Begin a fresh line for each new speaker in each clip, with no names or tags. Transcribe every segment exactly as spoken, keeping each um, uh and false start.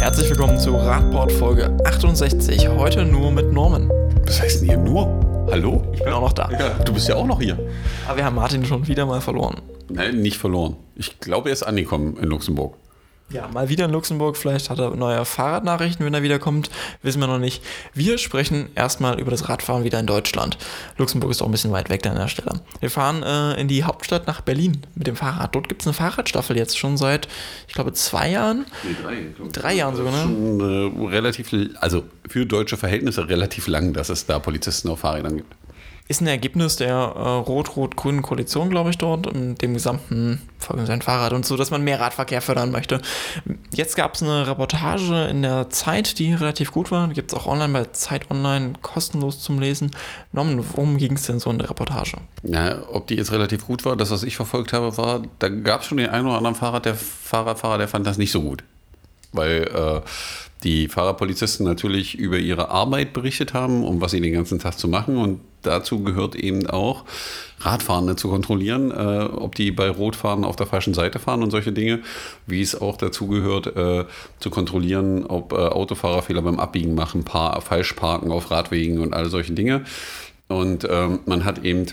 Herzlich willkommen zu Radport Folge achtundsechzig, heute nur mit Norman.
Was heißt denn hier nur? Hallo?
Ich bin auch noch da.
Ja, du bist ja auch noch hier.
Aber wir haben Martin schon wieder mal verloren.
Nein, nicht verloren. Ich glaube, er ist angekommen in Luxemburg.
Ja, mal wieder in Luxemburg. Vielleicht hat er neue Fahrradnachrichten, wenn er wiederkommt. Wissen wir noch nicht. Wir sprechen erstmal über das Radfahren wieder in Deutschland. Luxemburg ist auch ein bisschen weit weg an der Stelle. Wir fahren äh, in die Hauptstadt nach Berlin mit dem Fahrrad. Dort gibt es eine Fahrradstaffel jetzt schon seit, ich glaube, zwei Jahren.
Nee, drei.
Drei Jahren sogar, ne?
Schon äh, relativ, also für deutsche Verhältnisse relativ lang, dass es da Polizisten auf Fahrrädern gibt.
Ist ein Ergebnis der äh, rot-rot-grünen Koalition, glaube ich, dort, in dem gesamten sein Fahrrad und so, dass man mehr Radverkehr fördern möchte. Jetzt gab es eine Reportage in der Zeit, die relativ gut war. Gibt es auch online bei Zeit Online kostenlos zum Lesen. Norman, worum ging es denn so in der Reportage?
Ja, ob die jetzt relativ gut war, das, was ich verfolgt habe, war, da gab es schon den einen oder anderen Fahrrad, der Fahrradfahrer, der fand das nicht so gut. Weil äh, die Fahrradpolizisten natürlich über ihre Arbeit berichtet haben, um was sie den ganzen Tag zu machen. Und dazu gehört eben auch, Radfahrende zu kontrollieren, äh, ob die bei Rotfahren auf der falschen Seite fahren und solche Dinge. Wie es auch dazu gehört, äh, zu kontrollieren, ob äh, Autofahrer Fehler beim Abbiegen machen, paar, falsch parken auf Radwegen und all solche Dinge. Und ähm, man hat eben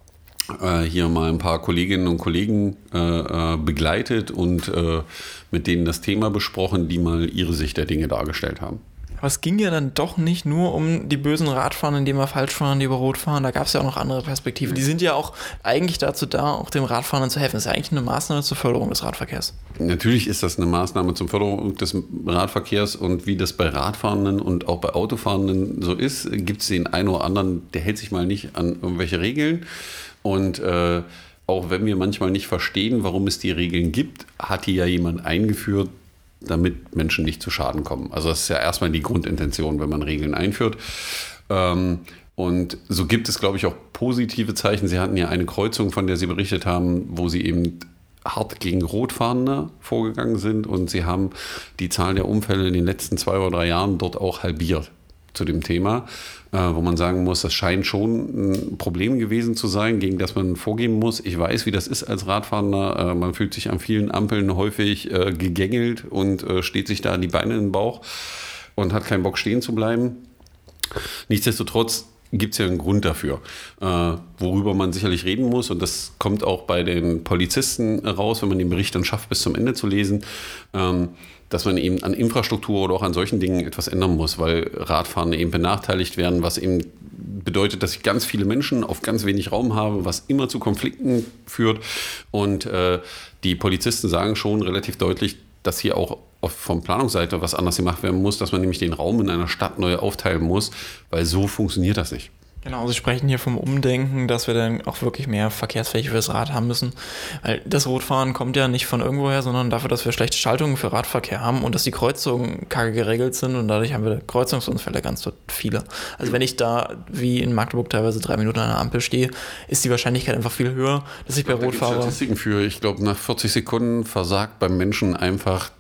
hier mal ein paar Kolleginnen und Kollegen äh, begleitet und äh, mit denen das Thema besprochen, die mal ihre Sicht der Dinge dargestellt haben.
Aber es ging ja dann doch nicht nur um die bösen Radfahrer, indem wir falsch fahren, die über Rot fahren. Da gab es ja auch noch andere Perspektiven. Die sind ja auch eigentlich dazu da, auch dem Radfahrern zu helfen. Das ist ja eigentlich eine Maßnahme zur Förderung des Radverkehrs.
Natürlich ist das eine Maßnahme zur Förderung des Radverkehrs, und wie das bei Radfahrenden und auch bei Autofahrenden so ist, gibt es den einen oder anderen, der hält sich mal nicht an irgendwelche Regeln. Und äh, auch wenn wir manchmal nicht verstehen, warum es die Regeln gibt, hat die ja jemand eingeführt, damit Menschen nicht zu Schaden kommen. Also das ist ja erstmal die Grundintention, wenn man Regeln einführt. Ähm, und so gibt es, glaube ich, auch positive Zeichen. Sie hatten ja eine Kreuzung, von der Sie berichtet haben, wo Sie eben hart gegen Rotfahrende vorgegangen sind, und Sie haben die Zahl der Unfälle in den letzten zwei oder drei Jahren dort auch halbiert zu dem Thema, äh, wo man sagen muss, das scheint schon ein Problem gewesen zu sein, gegen das man vorgehen muss. Ich weiß, wie das ist als Radfahrender. Äh, man fühlt sich an vielen Ampeln häufig äh, gegängelt und äh, steht sich da die Beine in den Bauch und hat keinen Bock, stehen zu bleiben. Nichtsdestotrotz gibt es ja einen Grund dafür, äh, worüber man sicherlich reden muss, und das kommt auch bei den Polizisten raus, wenn man den Bericht dann schafft, bis zum Ende zu lesen, ähm, dass man eben an Infrastruktur oder auch an solchen Dingen etwas ändern muss, weil Radfahrende eben benachteiligt werden, was eben bedeutet, dass ich ganz viele Menschen auf ganz wenig Raum habe, was immer zu Konflikten führt. Und äh, die Polizisten sagen schon relativ deutlich, dass hier auch von Planungsseite was anders gemacht werden muss, dass man nämlich den Raum in einer Stadt neu aufteilen muss, weil so funktioniert das nicht.
Genau, Sie sprechen hier vom Umdenken, dass wir dann auch wirklich mehr Verkehrsfläche fürs Rad haben müssen. Weil das Rotfahren kommt ja nicht von irgendwoher, sondern dafür, dass wir schlechte Schaltungen für Radverkehr haben und dass die Kreuzungen kacke geregelt sind, und dadurch haben wir Kreuzungsunfälle ganz viele. Also wenn ich da wie in Magdeburg teilweise drei Minuten an der Ampel stehe, ist die Wahrscheinlichkeit einfach viel höher, dass ich bei Rot fahre.
Da gibt es Statistiken für, ich glaube, nach vierzig Sekunden versagt beim Menschen einfach,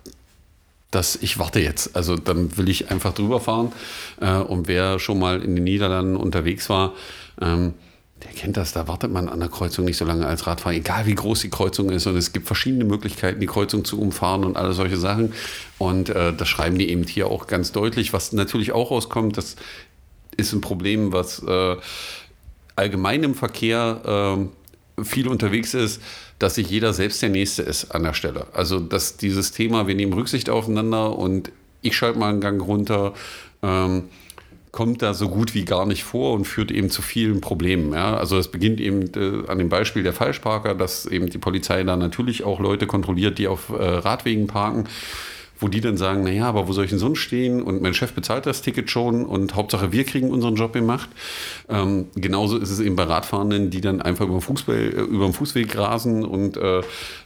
dass ich warte jetzt. Also dann will ich einfach drüber fahren. Äh, und wer schon mal in den Niederlanden unterwegs war, ähm, der kennt das. Da wartet man an der Kreuzung nicht so lange als Radfahrer, egal wie groß die Kreuzung ist. Und es gibt verschiedene Möglichkeiten, die Kreuzung zu umfahren und alle solche Sachen. Und äh, das schreiben die eben hier auch ganz deutlich. Was natürlich auch rauskommt, das ist ein Problem, was äh, allgemein im Verkehr äh, viel unterwegs ist, dass sich jeder selbst der Nächste ist an der Stelle. Also dass dieses Thema, wir nehmen Rücksicht aufeinander und ich schalte mal einen Gang runter, ähm, kommt da so gut wie gar nicht vor und führt eben zu vielen Problemen. Ja? Also es beginnt eben äh, an dem Beispiel der Falschparker, dass eben die Polizei da natürlich auch Leute kontrolliert, die auf äh, Radwegen parken, wo die dann sagen, naja, aber wo soll ich denn sonst stehen? Und mein Chef bezahlt das Ticket schon und Hauptsache wir kriegen unseren Job gemacht. Ähm, genauso ist es eben bei Radfahrenden, die dann einfach über den, Fußball, über den Fußweg rasen und äh,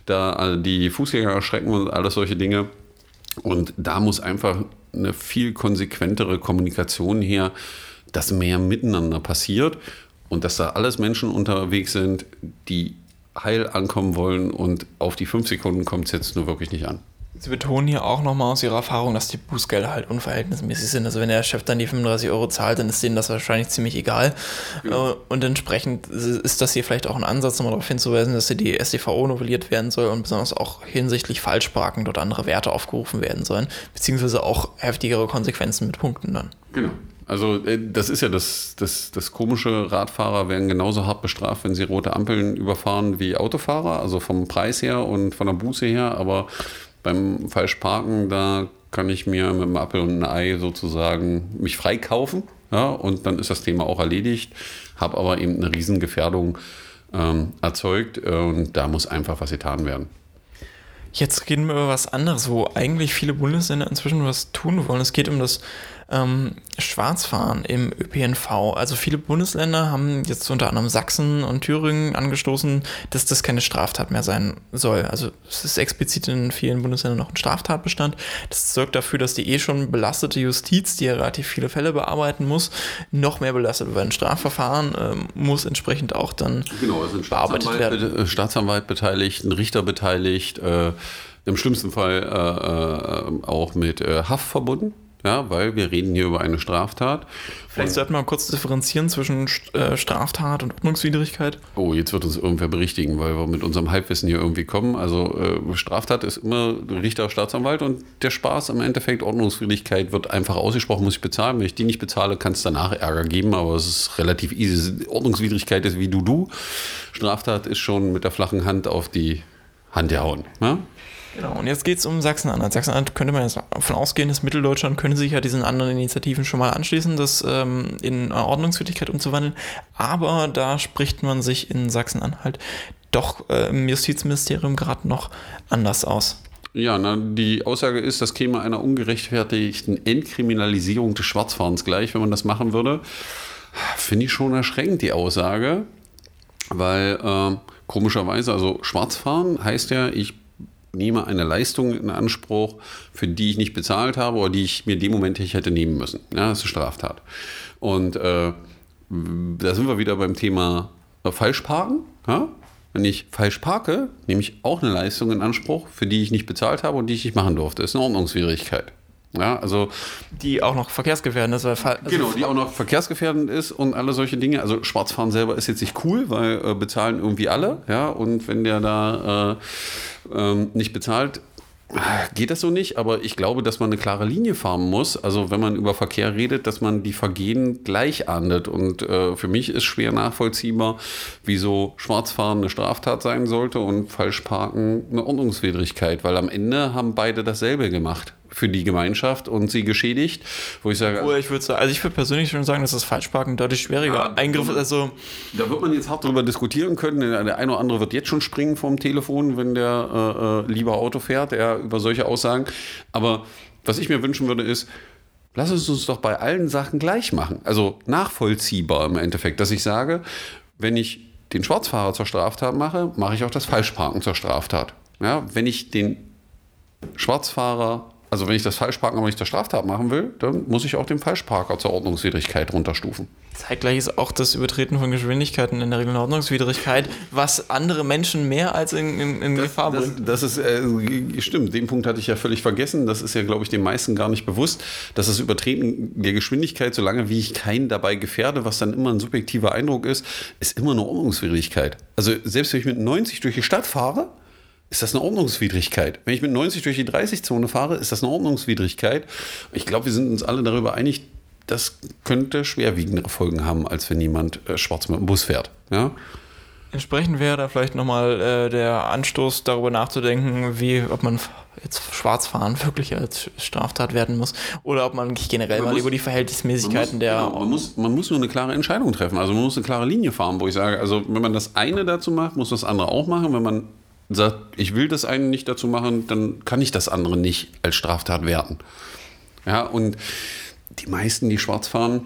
da die Fußgänger erschrecken und alles solche Dinge. Und da muss einfach eine viel konsequentere Kommunikation her, dass mehr miteinander passiert und dass da alles Menschen unterwegs sind, die heil ankommen wollen, und auf die fünf Sekunden kommt es jetzt nur wirklich nicht an.
Sie betonen hier auch nochmal aus Ihrer Erfahrung, dass die Bußgelder halt unverhältnismäßig sind. Also wenn der Chef dann die fünfunddreißig Euro zahlt, dann ist denen das wahrscheinlich ziemlich egal. Ja. Und entsprechend ist das hier vielleicht auch ein Ansatz, nochmal darauf hinzuweisen, dass hier die S t V O novelliert werden soll und besonders auch hinsichtlich Falschparken dort andere Werte aufgerufen werden sollen, beziehungsweise auch heftigere Konsequenzen mit Punkten dann.
Genau. Also das ist ja das, das, das Komische, Radfahrer werden genauso hart bestraft, wenn sie rote Ampeln überfahren wie Autofahrer, also vom Preis her und von der Buße her, aber beim Falschparken, da kann ich mir mit einem Apfel und einem Ei sozusagen mich freikaufen, ja, und dann ist das Thema auch erledigt, habe aber eben eine Riesengefährdung ähm, erzeugt und da muss einfach was getan werden.
Jetzt reden wir über was anderes, wo eigentlich viele Bundesländer inzwischen was tun wollen. Es geht um das ähm, Schwarzfahren im Ö P N V. Also viele Bundesländer haben jetzt unter anderem Sachsen und Thüringen angestoßen, dass das keine Straftat mehr sein soll. Also es ist explizit in vielen Bundesländern noch ein Straftatbestand. Das sorgt dafür, dass die eh schon belastete Justiz, die ja relativ viele Fälle bearbeiten muss, noch mehr belastet wird. Ein Strafverfahren ähm, muss entsprechend auch dann
genau, also ein
bearbeitet werden.
Be- Staatsanwalt beteiligt, ein Richter beteiligt, äh, im schlimmsten Fall äh, äh, auch mit äh, Haft verbunden. Ja, weil wir reden hier über eine Straftat.
Vielleicht sollten wir mal kurz differenzieren zwischen Straftat und Ordnungswidrigkeit.
Oh, jetzt wird uns irgendwer berichtigen, weil wir mit unserem Halbwissen hier irgendwie kommen. Also äh, Straftat ist immer Richter, Staatsanwalt und der Spaß im Endeffekt, Ordnungswidrigkeit wird einfach ausgesprochen, muss ich bezahlen. Wenn ich die nicht bezahle, kann es danach Ärger geben, aber es ist relativ easy. Ordnungswidrigkeit ist wie du, du. Straftat ist schon mit der flachen Hand auf die Hand gehauen. Ja?
Genau, und jetzt geht es um Sachsen-Anhalt. Sachsen-Anhalt könnte man jetzt davon ausgehen, dass Mitteldeutschland könnte sich ja diesen anderen Initiativen schon mal anschließen, das ähm, in Ordnungswidrigkeit umzuwandeln. Aber da spricht man sich in Sachsen-Anhalt doch äh, im Justizministerium gerade noch anders aus.
Ja, na, die Aussage ist, das käme einer ungerechtfertigten Entkriminalisierung des Schwarzfahrens gleich, wenn man das machen würde. Finde ich schon erschreckend, die Aussage, weil äh, komischerweise, also Schwarzfahren heißt ja, ich nehme eine Leistung in Anspruch, für die ich nicht bezahlt habe oder die ich mir in dem Moment nicht hätte nehmen müssen. Ja, das ist eine Straftat. Und äh, da sind wir wieder beim Thema äh, Falschparken. Ja? Wenn ich falsch parke, nehme ich auch eine Leistung in Anspruch, für die ich nicht bezahlt habe und die ich nicht machen durfte. Das ist eine Ordnungswidrigkeit. Ja, also
die auch noch verkehrsgefährdend ist. Weil also
genau, die auch noch verkehrsgefährdend ist und alle solche Dinge. Also Schwarzfahren selber ist jetzt nicht cool, weil äh, bezahlen irgendwie alle. Ja, und wenn der da äh, ähm, nicht bezahlt, geht das so nicht. Aber ich glaube, dass man eine klare Linie fahren muss. Also wenn man über Verkehr redet, dass man die Vergehen gleich ahndet. Und äh, für mich ist schwer nachvollziehbar, wieso Schwarzfahren eine Straftat sein sollte und Falschparken eine Ordnungswidrigkeit. Weil am Ende haben beide dasselbe gemacht für die Gemeinschaft und sie geschädigt, wo ich sage...
Oh, ich würde sagen, also ich würde persönlich schon sagen, dass das Falschparken deutlich schwieriger ja, Eingriff ist. Also
da wird man jetzt hart drüber diskutieren können. Der eine oder andere wird jetzt schon springen vom Telefon, wenn der äh, lieber Auto fährt, er über solche Aussagen. Aber was ich mir wünschen würde, ist, lass es uns doch bei allen Sachen gleich machen. Also nachvollziehbar im Endeffekt, dass ich sage, wenn ich den Schwarzfahrer zur Straftat mache, mache ich auch das Falschparken zur Straftat. Ja, wenn ich den Schwarzfahrer Also wenn ich das Falschparken aber nicht zur Straftat machen will, dann muss ich auch den Falschparker zur Ordnungswidrigkeit runterstufen.
Zeitgleich ist auch das Übertreten von Geschwindigkeiten in der Regel eine Ordnungswidrigkeit, was andere Menschen mehr als in, in, in
das,
Gefahr bringt.
Das, das ist, äh, stimmt, den Punkt hatte ich ja völlig vergessen. Das ist ja, glaube ich, den meisten gar nicht bewusst, dass das Übertreten der Geschwindigkeit, solange wie ich keinen dabei gefährde, was dann immer ein subjektiver Eindruck ist, ist immer eine Ordnungswidrigkeit. Also selbst wenn ich mit neunzig durch die Stadt fahre, ist das eine Ordnungswidrigkeit. Wenn ich mit neunzig durch die dreißig-Zone fahre, ist das eine Ordnungswidrigkeit. Ich glaube, wir sind uns alle darüber einig, das könnte schwerwiegendere Folgen haben, als wenn jemand äh, schwarz mit dem Bus fährt. Ja?
Entsprechend wäre da vielleicht nochmal äh, der Anstoß, darüber nachzudenken, wie, ob man jetzt Schwarzfahren wirklich als Straftat werden muss oder ob man generell man mal muss, über die Verhältnismäßigkeiten
muss,
der...
Genau, man, muss, man muss nur eine klare Entscheidung treffen. Also man muss eine klare Linie fahren, wo ich sage, also wenn man das eine dazu macht, muss das andere auch machen. Wenn man sagt, ich will das eine nicht dazu machen, dann kann ich das andere nicht als Straftat werten. Ja, und die meisten, die schwarz fahren,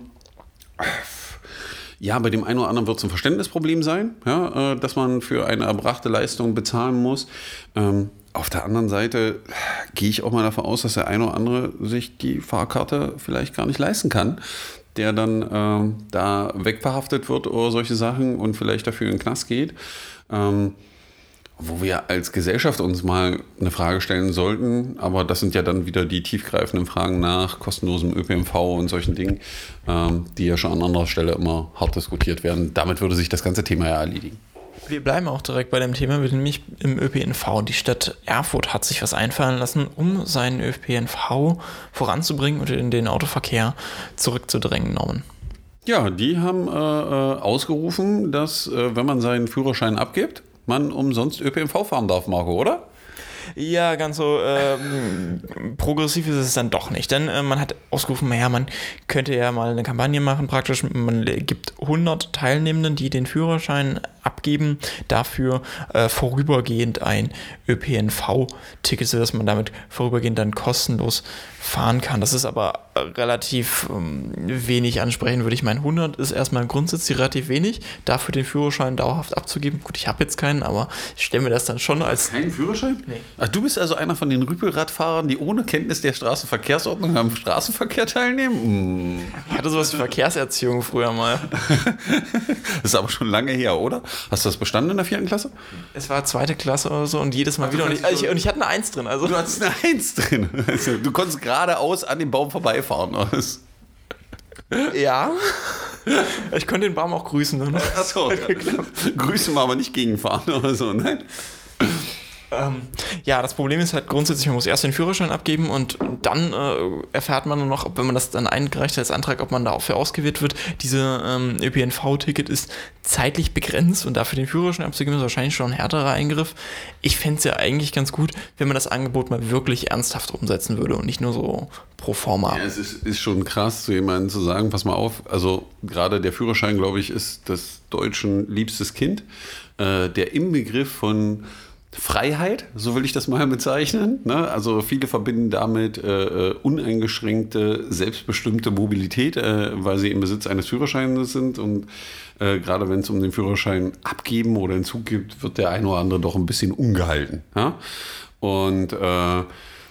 ja, bei dem einen oder anderen wird es ein Verständnisproblem sein, ja, dass man für eine erbrachte Leistung bezahlen muss. Ähm, auf der anderen Seite gehe ich auch mal davon aus, dass der eine oder andere sich die Fahrkarte vielleicht gar nicht leisten kann, der dann ähm, da wegverhaftet wird oder solche Sachen und vielleicht dafür in den Knast geht. Ähm, wo wir als Gesellschaft uns mal eine Frage stellen sollten, aber das sind ja dann wieder die tiefgreifenden Fragen nach kostenlosem Ö P N V und solchen Dingen, ähm, die ja schon an anderer Stelle immer hart diskutiert werden. Damit würde sich das ganze Thema ja erledigen.
Wir bleiben auch direkt bei dem Thema, nämlich im Ö P N V. Die Stadt Erfurt hat sich was einfallen lassen, um seinen Ö P N V voranzubringen und in den Autoverkehr zurückzudrängen, Norman.
Ja, die haben äh, ausgerufen, dass, äh, wenn man seinen Führerschein abgibt, man umsonst Ö P N V fahren darf, Marco, oder?
Ja, ganz so ähm, progressiv ist es dann doch nicht, denn äh, man hat ausgerufen, naja, man könnte ja mal eine Kampagne machen, praktisch, man gibt hundert Teilnehmenden, die den Führerschein abgeben, dafür äh, vorübergehend ein Ö P N V-Ticket, sodass man damit vorübergehend dann kostenlos fahren kann. Das ist aber relativ ähm, wenig ansprechend, würde ich meinen. hundert ist erstmal grundsätzlich relativ wenig, dafür den Führerschein dauerhaft abzugeben. Gut, ich habe jetzt keinen, aber ich stelle mir das dann schon als...
Keinen Führerschein?
Nee.
Ach, du bist also einer von den Rüpelradfahrern, die ohne Kenntnis der Straßenverkehrsordnung am Straßenverkehr teilnehmen? Mm.
Ich hatte sowas wie Verkehrserziehung früher mal.
Das ist aber schon lange her, oder? Hast du das bestanden in der vierten Klasse?
Es war zweite Klasse oder so und jedes Mal
Ach,
wieder. Und ich, also ich, und ich hatte eine Eins drin. Also.
Du hattest eine Eins drin. Also, du konntest geradeaus an dem Baum vorbeifahren.
Ja. Ich konnte den Baum auch grüßen. Ne?
Achso, ja. Grüßen wir aber nicht gegenfahren oder so, nein?
Ähm, ja, das Problem ist halt grundsätzlich, man muss erst den Führerschein abgeben und dann äh, erfährt man nur noch, ob, wenn man das dann eingereicht hat als Antrag, ob man dafür ausgewählt wird. Diese ähm, Ö P N V-Ticket ist zeitlich begrenzt und dafür den Führerschein abzugeben ist wahrscheinlich schon ein härterer Eingriff. Ich fände es ja eigentlich ganz gut, wenn man das Angebot mal wirklich ernsthaft umsetzen würde und nicht nur so pro forma.
Ja, es ist, ist schon krass, zu jemandem zu sagen, pass mal auf, also gerade der Führerschein, glaube ich, ist das Deutschen liebstes Kind. Äh, der Inbegriff von Freiheit, so will ich das mal bezeichnen. Ne? Also viele verbinden damit äh, uneingeschränkte, selbstbestimmte Mobilität, äh, weil sie im Besitz eines Führerscheins sind. Und äh, gerade wenn es um den Führerschein abgeben oder Entzug geht, wird der eine oder andere doch ein bisschen ungehalten. Ja? Und äh,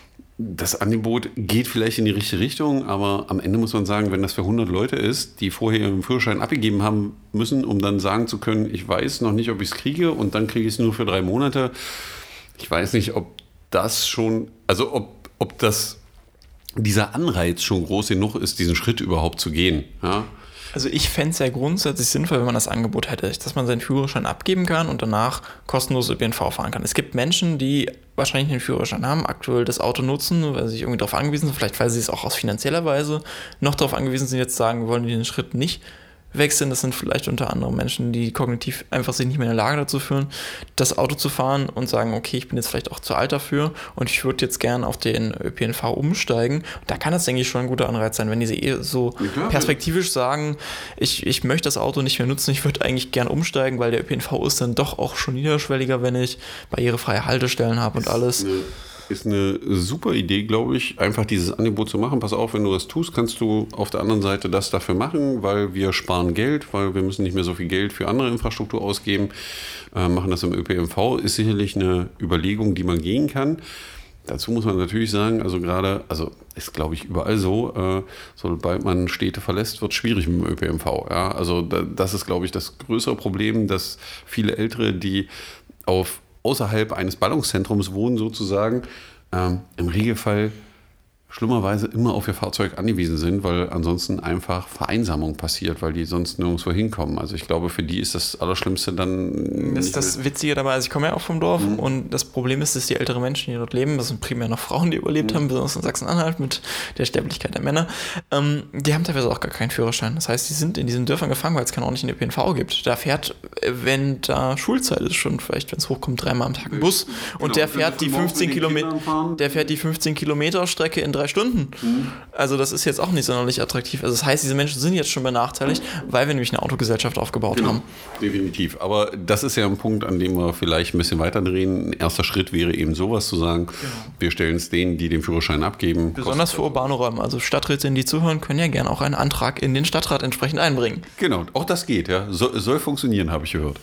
das Angebot geht vielleicht in die richtige Richtung, aber am Ende muss man sagen, wenn das für hundert Leute ist, die vorher ihren Führerschein abgegeben haben müssen, um dann sagen zu können, ich weiß noch nicht, ob ich es kriege und dann kriege ich es nur für drei Monate. Ich weiß nicht, ob das schon, also ob, ob das, dieser Anreiz schon groß genug ist, diesen Schritt überhaupt zu gehen. Ja?
Also ich fände es ja grundsätzlich sinnvoll, wenn man das Angebot hätte, dass man seinen Führerschein abgeben kann und danach kostenlos Ö P N V fahren kann. Es gibt Menschen, die wahrscheinlich einen Führerschein haben, aktuell das Auto nutzen, weil sie sich irgendwie darauf angewiesen sind, vielleicht weil sie es auch aus finanzieller Weise noch darauf angewiesen sind, jetzt sagen, wir wollen den Schritt nicht wechseln. Das sind vielleicht unter anderem Menschen, die kognitiv einfach sich nicht mehr in der Lage dazu fühlen, das Auto zu fahren und sagen, okay, ich bin jetzt vielleicht auch zu alt dafür und ich würde jetzt gerne auf den Ö P N V umsteigen. Da kann das, denke ich, schon ein guter Anreiz sein, wenn diese eh so ja, perspektivisch sagen, ich, ich möchte das Auto nicht mehr nutzen, ich würde eigentlich gern umsteigen, weil der Ö P N V ist dann doch auch schon niederschwelliger, wenn ich barrierefreie Haltestellen habe und alles.
Ne. Ist eine super Idee, glaube ich, einfach dieses Angebot zu machen. Pass auf, wenn du das tust, kannst du auf der anderen Seite das dafür machen, weil wir sparen Geld, weil wir müssen nicht mehr so viel Geld für andere Infrastruktur ausgeben, äh, machen das im Ö P N V. Ist sicherlich eine Überlegung, die man gehen kann. Dazu muss man natürlich sagen, also gerade, also ist glaube ich überall so, äh, sobald man Städte verlässt, wird es schwierig mit dem Ö P N V. Ja? Also da, das ist glaube ich das größere Problem, dass viele Ältere, die auf außerhalb eines Ballungszentrums wohnen sozusagen, ähm, im Regelfall schlimmerweise immer auf ihr Fahrzeug angewiesen sind, weil ansonsten einfach Vereinsamung passiert, weil die sonst nirgendwo hinkommen. Also ich glaube, für die ist das Allerschlimmste dann...
Das ist das Witzige dabei, also ich komme ja auch vom Dorf mhm. und das Problem ist, dass die ältere Menschen, die dort leben, das sind primär noch Frauen, die überlebt mhm. haben, besonders in Sachsen-Anhalt mit der Sterblichkeit der Männer, ähm, die haben teilweise auch gar keinen Führerschein. Das heißt, die sind in diesen Dörfern gefangen, weil es keinen ordentlichen Ö P N V gibt. Da fährt, wenn da Schulzeit ist, schon vielleicht, wenn es hochkommt, dreimal am Tag ein Bus und genau, der fährt die fünfzehn Kilometer, der fährt die fünfzehn Kilometer Strecke in drei Stunden. Mhm. Also das ist jetzt auch nicht sonderlich attraktiv. Also das heißt, diese Menschen sind jetzt schon benachteiligt, weil wir nämlich eine Autogesellschaft aufgebaut genau. haben.
Definitiv. Aber das ist ja ein Punkt, an dem wir vielleicht ein bisschen weiterdrehen. Ein erster Schritt wäre eben sowas zu sagen, genau. wir stellen es denen, die den Führerschein abgeben.
Besonders für urbane Räume. Also Stadträte, die zuhören, können ja gerne auch einen Antrag in den Stadtrat entsprechend einbringen.
Genau, auch das geht. Ja. So, soll funktionieren, habe ich gehört.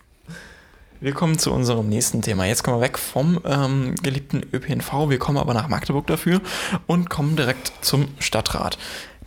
Wir kommen zu unserem nächsten Thema. Jetzt kommen wir weg vom ähm, geliebten Ö P N V, wir kommen aber nach Magdeburg dafür und kommen direkt zum Stadtrat.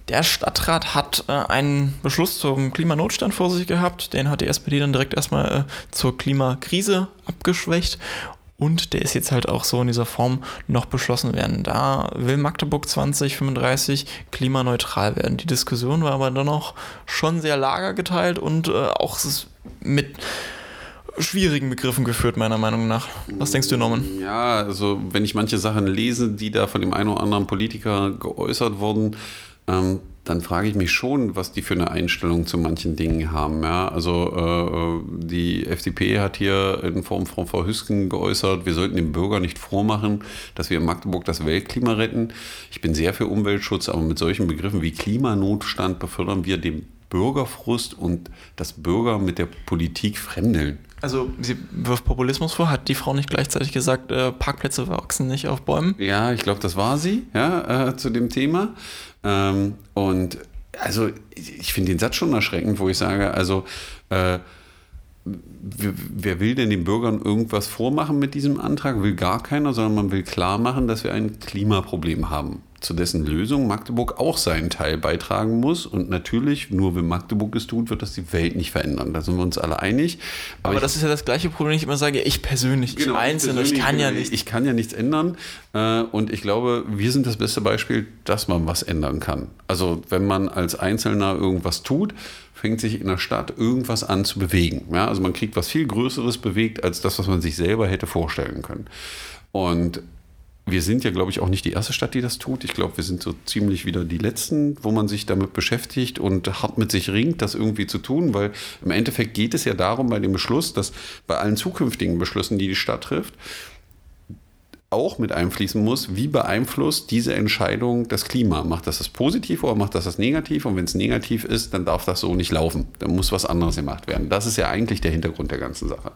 Der Stadtrat hat äh, einen Beschluss zum Klimanotstand vor sich gehabt. Den hat die S P D dann direkt erstmal äh, zur Klimakrise abgeschwächt. Und der ist jetzt halt auch so in dieser Form noch beschlossen werden. Da will Magdeburg zwanzig fünfunddreißig klimaneutral werden. Die Diskussion war aber dann noch schon sehr lagergeteilt und äh, auch mit schwierigen Begriffen geführt, meiner Meinung nach. Was denkst du, Norman?
Ja, also wenn ich manche Sachen lese, die da von dem einen oder anderen Politiker geäußert wurden, ähm, dann frage ich mich schon, was die für eine Einstellung zu manchen Dingen haben. Ja? Also äh, die F D P hat hier in Form von Frau Hüsken geäußert, wir sollten dem Bürger nicht vormachen, dass wir in Magdeburg das Weltklima retten. Ich bin sehr für Umweltschutz, aber mit solchen Begriffen wie Klimanotstand befördern wir den Bürgerfrust und das Bürger mit der Politik fremdeln.
Also sie wirft Populismus vor, hat die Frau nicht gleichzeitig gesagt, äh, Parkplätze wachsen nicht auf Bäumen?
Ja, ich glaube, das war sie, ja, äh, zu dem Thema. Ähm, und also ich finde den Satz schon erschreckend, wo ich sage, also äh, wer, wer will denn den Bürgern irgendwas vormachen mit diesem Antrag? Will gar keiner, sondern man will klar machen, dass wir ein Klimaproblem haben, zu dessen Lösung Magdeburg auch seinen Teil beitragen muss. Und natürlich, nur wenn Magdeburg es tut, wird das die Welt nicht verändern. Da sind wir uns alle einig.
Aber, Aber das ist ja das gleiche Problem, ich immer sage, ich persönlich,
genau,
ich Einzelne, ich kann ja
nicht. Ich kann ja nichts ändern. Und ich glaube, wir sind das beste Beispiel, dass man was ändern kann. Also wenn man als Einzelner irgendwas tut, fängt sich in der Stadt irgendwas an zu bewegen. Ja, also man kriegt was viel Größeres bewegt, als das, was man sich selber hätte vorstellen können. Und wir sind ja, glaube ich, auch nicht die erste Stadt, die das tut. Ich glaube, wir sind so ziemlich wieder die Letzten, wo man sich damit beschäftigt und hart mit sich ringt, das irgendwie zu tun, weil im Endeffekt geht es ja darum bei dem Beschluss, dass bei allen zukünftigen Beschlüssen, die die Stadt trifft, auch mit einfließen muss, wie beeinflusst diese Entscheidung das Klima? Macht das das positiv oder macht das das negativ? Und wenn es negativ ist, dann darf das so nicht laufen. Dann muss was anderes gemacht werden. Das ist ja eigentlich der Hintergrund der ganzen Sache.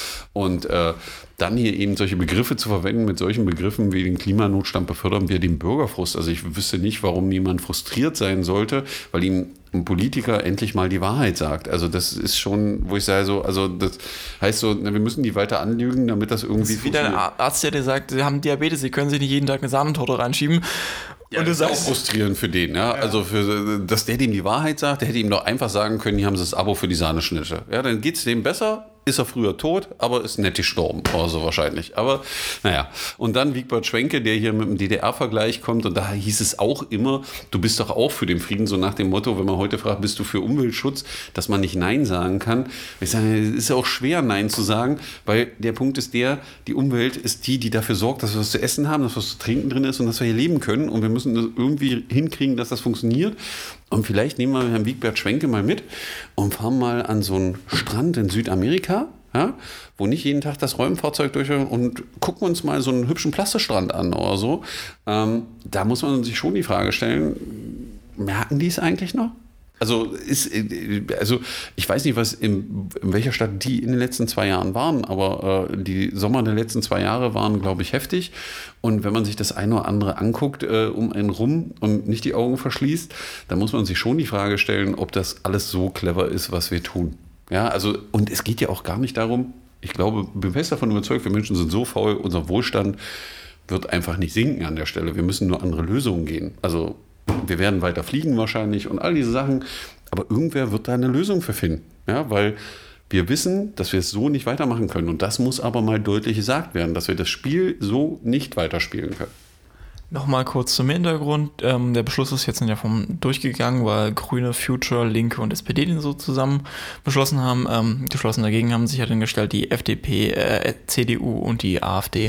Und äh, dann hier eben solche Begriffe zu verwenden, mit solchen Begriffen wie den Klimanotstand befördern wir den Bürgerfrust. Also ich wüsste nicht, warum niemand frustriert sein sollte, weil ihm ein Politiker endlich mal die Wahrheit sagt. Also das ist schon, wo ich sage, so, also das heißt so, na, wir müssen die weiter anlügen, damit das irgendwie
das ist wie dein Arzt, der dir sagt, sie haben Diabetes, sie können sich nicht jeden Tag eine Samentorte reinschieben.
Ja, und das ist auch frustrierend für den. Ja? Ja. Also, für, dass der dem die Wahrheit sagt, der hätte ihm doch einfach sagen können, hier haben sie das Abo für die Sahneschnitte. Ja, dann geht es dem besser, ist er früher tot, aber ist nett gestorben oder so wahrscheinlich. Aber naja, und dann Wigbert Schwenke, der hier mit dem D D R-Vergleich kommt, und da hieß es auch immer, du bist doch auch für den Frieden, so nach dem Motto, wenn man heute fragt, bist du für Umweltschutz, dass man nicht Nein sagen kann. Ich sage, es ist ja auch schwer, Nein zu sagen, weil der Punkt ist der, die Umwelt ist die, die dafür sorgt, dass wir was zu essen haben, dass was zu trinken drin ist und dass wir hier leben können, und wir müssen das irgendwie hinkriegen, dass das funktioniert. Und vielleicht nehmen wir Herrn Wigbert Schwenke mal mit und fahren mal an so einen Strand in Südamerika, ja, wo nicht jeden Tag das Räumfahrzeug durch, und gucken uns mal so einen hübschen Plastikstrand an oder so. Ähm, da muss man sich schon die Frage stellen, merken die es eigentlich noch? Also, ist, also ich weiß nicht, was in, in welcher Stadt die in den letzten zwei Jahren waren, aber äh, die Sommer der letzten zwei Jahre waren, glaube ich, heftig. Und wenn man sich das eine oder andere anguckt äh, um einen rum und nicht die Augen verschließt, dann muss man sich schon die Frage stellen, ob das alles so clever ist, was wir tun. Ja, also, und es geht ja auch gar nicht darum, ich glaube, bin fest davon überzeugt, wir Menschen sind so faul, unser Wohlstand wird einfach nicht sinken an der Stelle. Wir müssen nur andere Lösungen gehen. Also wir werden weiter fliegen wahrscheinlich und all diese Sachen, aber irgendwer wird da eine Lösung für finden, ja, weil wir wissen, dass wir es so nicht weitermachen können, und das muss aber mal deutlich gesagt werden, dass wir das Spiel so nicht weiterspielen können.
Nochmal kurz zum Hintergrund, ähm, der Beschluss ist jetzt in der Form durchgegangen, weil Grüne, Future, Linke und S P D den so zusammen beschlossen haben. Ähm, geschlossen dagegen haben sich ja dann gestellt die F D P, äh, C D U und die AfD,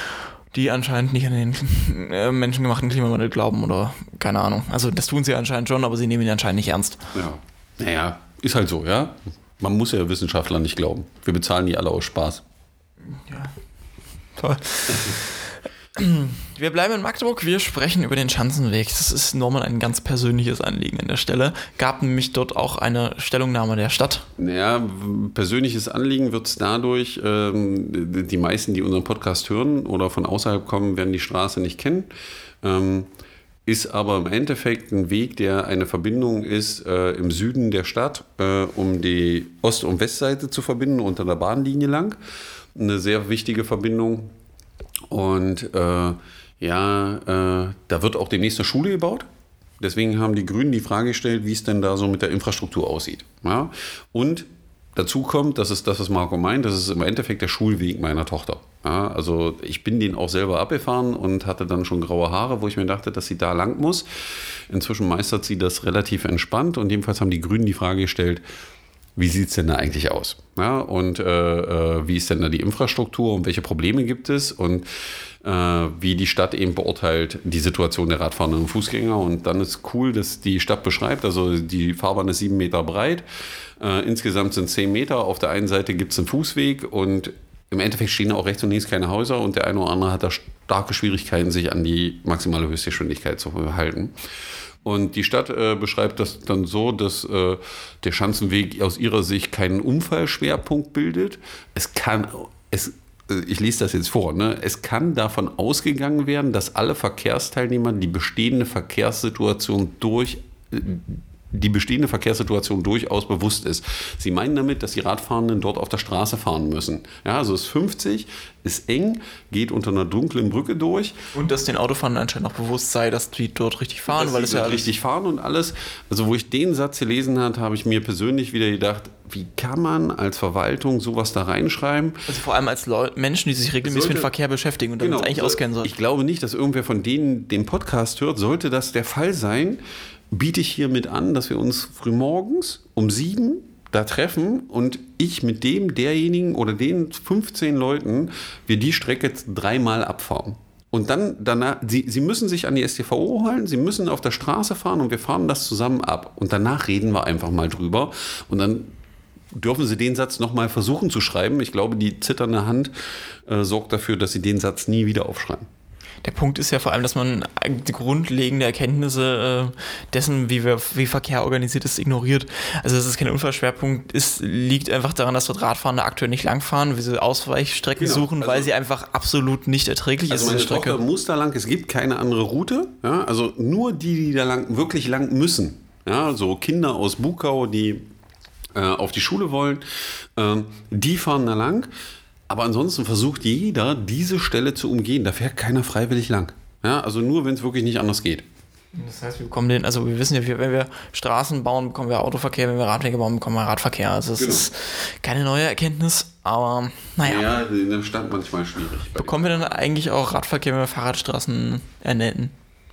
die anscheinend nicht an den äh, menschengemachten Klimawandel glauben oder keine Ahnung. Also das tun sie anscheinend schon, aber sie nehmen ihn anscheinend nicht ernst.
Ja, naja, ist halt so, ja. Man muss ja Wissenschaftlern nicht glauben. Wir bezahlen die alle aus Spaß.
Ja, toll. Wir bleiben in Magdeburg, wir sprechen über den Schanzenweg. Das ist Norman ein ganz persönliches Anliegen an der Stelle. Gab nämlich dort auch eine Stellungnahme der Stadt.
Ja, persönliches Anliegen wird es dadurch, ähm, die meisten, die unseren Podcast hören oder von außerhalb kommen, werden die Straße nicht kennen. Ähm, ist aber im Endeffekt ein Weg, der eine Verbindung ist äh, im Süden der Stadt, äh, um die Ost- und Westseite zu verbinden, unter der Bahnlinie lang. Eine sehr wichtige Verbindung. Und äh, ja, äh, da wird auch demnächst eine Schule gebaut. Deswegen haben die Grünen die Frage gestellt, wie es denn da so mit der Infrastruktur aussieht. Ja? Und dazu kommt, das ist das, was Marco meint, das ist im Endeffekt der Schulweg meiner Tochter. Ja? Also ich bin den auch selber abgefahren und hatte dann schon graue Haare, wo ich mir dachte, dass sie da lang muss. Inzwischen meistert sie das relativ entspannt und jedenfalls haben die Grünen die Frage gestellt, wie sieht es denn da eigentlich aus? Ja, und äh, wie ist denn da die Infrastruktur und welche Probleme gibt es? Und äh, wie die Stadt eben beurteilt die Situation der Radfahrenden und Fußgänger. Und dann ist cool, dass die Stadt beschreibt, also die Fahrbahn ist sieben Meter breit. Äh, insgesamt sind zehn Meter. Auf der einen Seite gibt es einen Fußweg und im Endeffekt stehen da auch rechts und links keine Häuser und der eine oder andere hat da starke Schwierigkeiten, sich an die maximale Höchstgeschwindigkeit zu halten. Und die Stadt äh, beschreibt das dann so, dass äh, der Schanzenweg aus ihrer Sicht keinen Unfallschwerpunkt bildet. Es kann, es, äh, ich lese das jetzt vor, ne? Es kann davon ausgegangen werden, dass alle Verkehrsteilnehmer die bestehende Verkehrssituation durch äh, die bestehende Verkehrssituation durchaus bewusst ist. Sie meinen damit, dass die Radfahrenden dort auf der Straße fahren müssen. Ja, also es ist fünfzig, ist eng, geht unter einer dunklen Brücke durch.
Und dass den Autofahrern anscheinend auch bewusst sei, dass die dort richtig fahren.
Dass
weil
es
ja
richtig fahren und alles. Also wo ich den Satz gelesen habe, habe ich mir persönlich wieder gedacht, wie kann man als Verwaltung sowas da reinschreiben?
Also vor allem als Leu- Menschen, die sich regelmäßig
Sollte,
mit Verkehr beschäftigen und damit
genau,
eigentlich
so,
auskennen sollen.
Ich glaube nicht, dass irgendwer von denen den Podcast hört. Sollte das der Fall sein, biete ich hiermit an, dass wir uns frühmorgens um sieben da treffen und ich mit dem, derjenigen oder den fünfzehn Leuten, wir die Strecke dreimal abfahren. Und dann danach, sie, sie müssen sich an die S T V O halten, sie müssen auf der Straße fahren und wir fahren das zusammen ab. Und danach reden wir einfach mal drüber und dann dürfen Sie den Satz nochmal versuchen zu schreiben. Ich glaube, die zitternde Hand äh, sorgt dafür, dass Sie den Satz nie wieder aufschreiben.
Der Punkt ist ja vor allem, dass man die grundlegende Erkenntnisse äh, dessen, wie, wir, wie Verkehr organisiert ist, ignoriert. Also dass es kein Unfallschwerpunkt ist, liegt einfach daran, dass dort Radfahrende aktuell nicht langfahren, wie sie Ausweichstrecken
genau,
suchen,
also,
weil sie einfach absolut nicht erträglich
also
ist.
Meine
diese Strecke
Tochter muss da lang, es gibt keine andere Route. Ja? Also nur die, die da lang, wirklich lang müssen. Ja? So Kinder aus Bukau, die äh, auf die Schule wollen, äh, die fahren da lang. Aber ansonsten versucht jeder, diese Stelle zu umgehen. Da fährt keiner freiwillig lang. Ja, also nur, wenn es wirklich nicht anders geht.
Das heißt, wir bekommen den, also wir wissen ja, wenn wir Straßen bauen, bekommen wir Autoverkehr, wenn wir Radwege bauen, bekommen wir Radverkehr. Also es genau. ist keine neue Erkenntnis, aber naja.
Ja, in der Stadt manchmal schwierig.
Bekommen wir dann eigentlich auch Radverkehr, wenn wir Fahrradstraßen ernähren?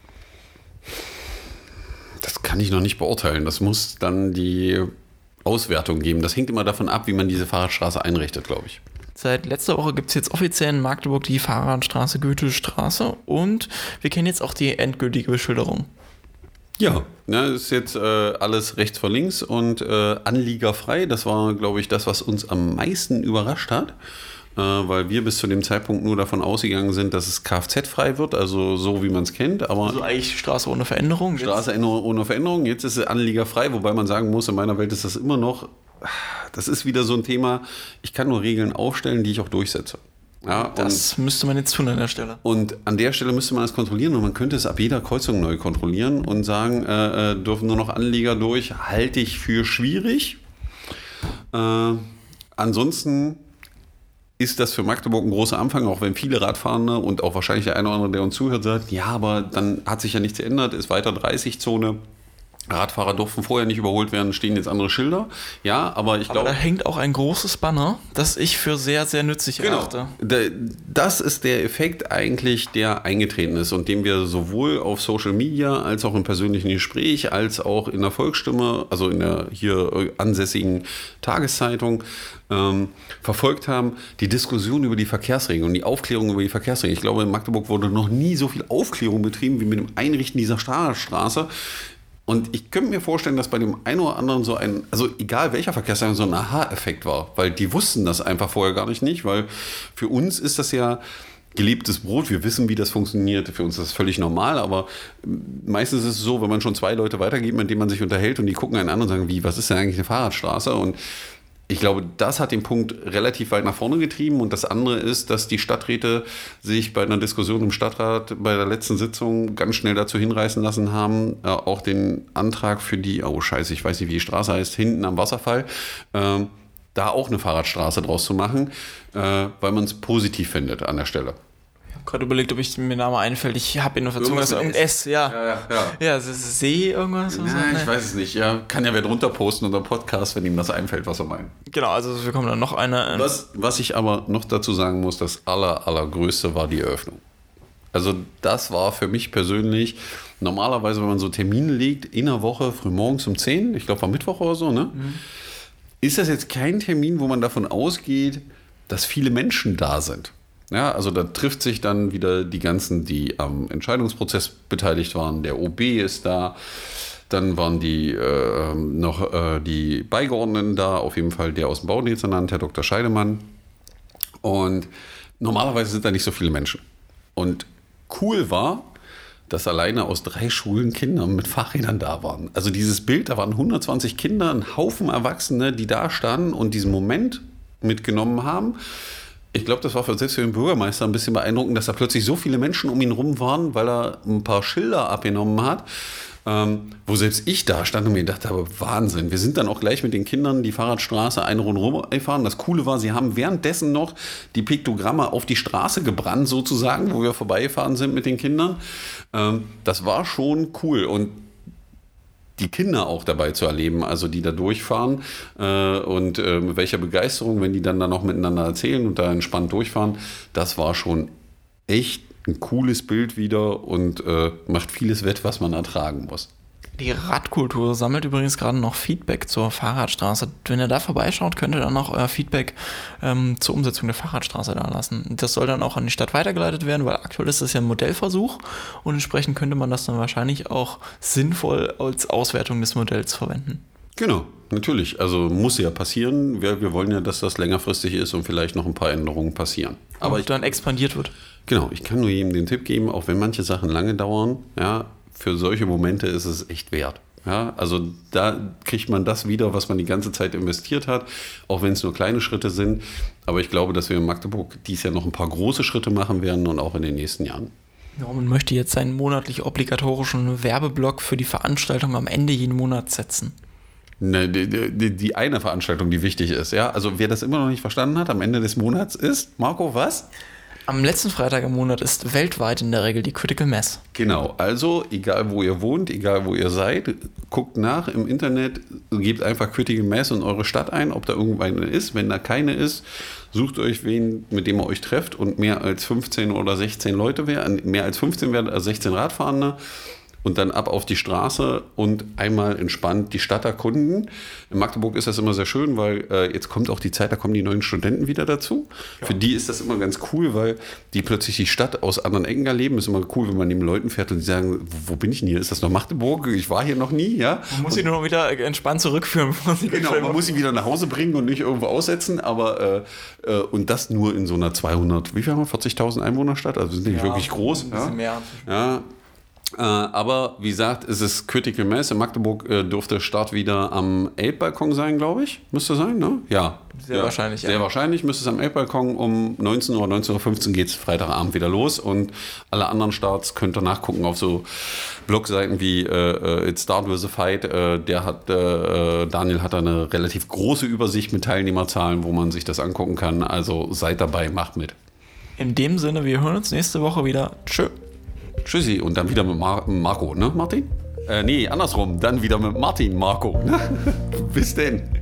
Das kann ich noch nicht beurteilen. Das muss dann die Auswertung geben. Das hängt immer davon ab, wie man diese Fahrradstraße einrichtet, glaube ich.
Seit letzter Woche gibt es jetzt offiziell in Magdeburg die Fahrradstraße Goethestraße und wir kennen jetzt auch die endgültige Beschilderung.
Ja, ja, ist jetzt äh, alles rechts vor links und äh, anliegerfrei. Das war, glaube ich, das, was uns am meisten überrascht hat, äh, weil wir bis zu dem Zeitpunkt nur davon ausgegangen sind, dass es Kfz-frei wird, also so wie man es kennt. Aber
also eigentlich Straße ohne Veränderung.
Straße jetzt. ohne Veränderung. Jetzt ist es anliegerfrei, wobei man sagen muss, in meiner Welt ist das immer noch. Das ist wieder so ein Thema, ich kann nur Regeln aufstellen, die ich auch durchsetze. Ja,
das müsste man jetzt tun an der Stelle.
Und an der Stelle müsste man das kontrollieren und man könnte es ab jeder Kreuzung neu kontrollieren und sagen, äh, dürfen nur noch Anlieger durch, halte ich für schwierig. Äh, ansonsten ist das für Magdeburg ein großer Anfang, auch wenn viele Radfahrende und auch wahrscheinlich der eine oder andere, der uns zuhört, sagt, ja, aber dann hat sich ja nichts geändert, ist weiter dreißig-Zone. Radfahrer durften vorher nicht überholt werden, stehen jetzt andere Schilder. Ja, aber ich glaube.
Da hängt auch ein großes Banner, das ich für sehr, sehr nützlich
genau.
erachte.
Das ist der Effekt eigentlich, der eingetreten ist und den wir sowohl auf Social Media als auch im persönlichen Gespräch, als auch in der Volksstimme, also in der hier ansässigen Tageszeitung, ähm, verfolgt haben. Die Diskussion über die Verkehrsregeln und die Aufklärung über die Verkehrsregeln. Ich glaube, in Magdeburg wurde noch nie so viel Aufklärung betrieben wie mit dem Einrichten dieser Straße. Und ich könnte mir vorstellen, dass bei dem einen oder anderen so ein, also egal welcher Verkehrsteilnehmer, so ein Aha-Effekt war, weil die wussten das einfach vorher gar nicht, nicht, weil für uns ist das ja gelebtes Brot, wir wissen, wie das funktioniert, für uns ist das völlig normal, aber meistens ist es so, wenn man schon zwei Leute weitergeht, mit denen man sich unterhält und die gucken einen an und sagen, wie, was ist denn eigentlich eine Fahrradstraße? Und ich glaube, das hat den Punkt relativ weit nach vorne getrieben und das andere ist, dass die Stadträte sich bei einer Diskussion im Stadtrat bei der letzten Sitzung ganz schnell dazu hinreißen lassen haben, äh, auch den Antrag für die, oh scheiße, ich weiß nicht, wie die Straße heißt, hinten am Wasserfall, äh, da auch eine Fahrradstraße draus zu machen, äh, weil man es positiv findet an der Stelle.
gerade überlegt, ob ich mir der Name einfällt. Ich habe ihn nur verzogen.
Irgendwas
Also
mit
irgendein S, ja.
Ja, ja, ja.
Ja, es ist See irgendwas. oder so?
Ja, ich
Nee.
weiß es nicht. Ja, kann ja wer drunter posten unter Podcast, wenn ihm das einfällt, was er meint.
Genau, also wir kommen dann noch eine. äh,
Was, was ich aber noch dazu sagen muss, das aller, allergrößte war die Eröffnung. Also das war für mich persönlich, normalerweise, wenn man so Termine legt, in der Woche, frühmorgens um zehn, ich glaube war Mittwoch oder so, ne? Mhm. Ist das jetzt kein Termin, wo man davon ausgeht, dass viele Menschen da sind? Ja, also da trifft sich dann wieder die ganzen, die am Entscheidungsprozess beteiligt waren. Der O B ist da, dann waren die äh, noch äh, die Beigeordneten da, auf jeden Fall der aus dem Baudezernat, Herr Doktor Scheidemann. Und normalerweise sind da nicht so viele Menschen. Und cool war, dass alleine aus drei Schulen Kinder mit Fahrrädern da waren. Also dieses Bild, da waren hundertzwanzig Kinder, ein Haufen Erwachsene, die da standen und diesen Moment mitgenommen haben. Ich glaube, das war für, selbst für den Bürgermeister ein bisschen beeindruckend, dass da plötzlich so viele Menschen um ihn rum waren, weil er ein paar Schilder abgenommen hat, ähm, wo selbst ich da stand und mir gedacht habe, Wahnsinn. Wir sind dann auch gleich mit den Kindern die Fahrradstraße eine Runde rumgefahren. Das Coole war, sie haben währenddessen noch die Piktogramme auf die Straße gebrannt, sozusagen, wo wir vorbeigefahren sind mit den Kindern. Ähm, das war schon cool und die Kinder auch dabei zu erleben, also die da durchfahren äh, und äh, mit welcher Begeisterung, wenn die dann da noch miteinander erzählen und da entspannt durchfahren, das war schon echt ein cooles Bild wieder und äh, macht vieles wett, was man ertragen muss.
Die Radkultur sammelt übrigens gerade noch Feedback zur Fahrradstraße. Wenn ihr da vorbeischaut, könnt ihr dann noch euer Feedback ähm, zur Umsetzung der Fahrradstraße da lassen. Das soll dann auch an die Stadt weitergeleitet werden, weil aktuell ist das ja ein Modellversuch und entsprechend könnte man das dann wahrscheinlich auch sinnvoll als Auswertung des Modells verwenden.
Genau, natürlich. Also muss ja passieren. Wir, wir wollen ja, dass das längerfristig ist und vielleicht noch ein paar Änderungen passieren.
Aber und ich, dann expandiert wird.
Genau, ich kann nur jedem den Tipp geben, auch wenn manche Sachen lange dauern, ja, für solche Momente ist es echt wert. Ja, also da kriegt man das wieder, was man die ganze Zeit investiert hat, auch wenn es nur kleine Schritte sind. Aber ich glaube, dass wir in Magdeburg dies Jahr noch ein paar große Schritte machen werden und auch in den nächsten Jahren.
Ja, man möchte jetzt seinen monatlich obligatorischen Werbeblock für die Veranstaltung am Ende jeden Monats setzen.
Ne, die, die, die eine Veranstaltung, die wichtig ist. Ja? Also wer das immer noch nicht verstanden hat, am Ende des Monats ist, Marco, was?
Am letzten Freitag im Monat ist weltweit in der Regel die Critical Mass.
Genau, also egal wo ihr wohnt, egal wo ihr seid, guckt nach im Internet, gebt einfach Critical Mass in eure Stadt ein, ob da irgendeine ist. Wenn da keine ist, sucht euch wen, mit dem ihr euch trefft und mehr als fünfzehn oder sechzehn Leute wären, mehr als fünfzehn wären, also sechzehn Radfahrende. Und dann ab auf die Straße und einmal entspannt die Stadt erkunden. In Magdeburg ist das immer sehr schön, weil äh, jetzt kommt auch die Zeit, da kommen die neuen Studenten wieder dazu. Ja. Für die ist das immer ganz cool, weil die plötzlich die Stadt aus anderen Ecken erleben. Ist immer cool, wenn man neben Leuten fährt und die sagen, wo, wo bin ich denn hier? Ist das noch Magdeburg? Ich war hier noch nie. Ja?
Man muss sie nur noch wieder entspannt zurückführen. Bevor sie
genau, man muss sie wieder nach Hause bringen und nicht irgendwo aussetzen. Aber äh, äh, und das nur in so einer zweihundert, wie viel haben wir? vierzigtausend Einwohnerstadt? Also wir sind nicht
ja,
wirklich groß.
Ein bisschen
ja?
mehr.
Ja. Äh, aber wie gesagt, es ist Critical Mass. In Magdeburg äh, dürfte Start wieder am Elbbalkon sein, glaube ich. Müsste sein, ne? Ja.
Sehr
ja.
wahrscheinlich, ja.
Sehr wahrscheinlich müsste es am Elbbalkon um neunzehn Uhr, neunzehn Uhr fünfzehn geht es Freitagabend wieder los. Und alle anderen Starts könnt ihr nachgucken auf so Blogseiten wie äh, It Start With A Fight. Äh, der hat, äh, Daniel hat da eine relativ große Übersicht mit Teilnehmerzahlen, wo man sich das angucken kann. Also seid dabei, macht mit.
In dem Sinne, wir hören uns nächste Woche wieder. Tschö.
Tschüssi und dann wieder mit Mar- Marco, ne Martin? Äh, nee, andersrum, dann wieder mit Martin, Marco. Bis denn.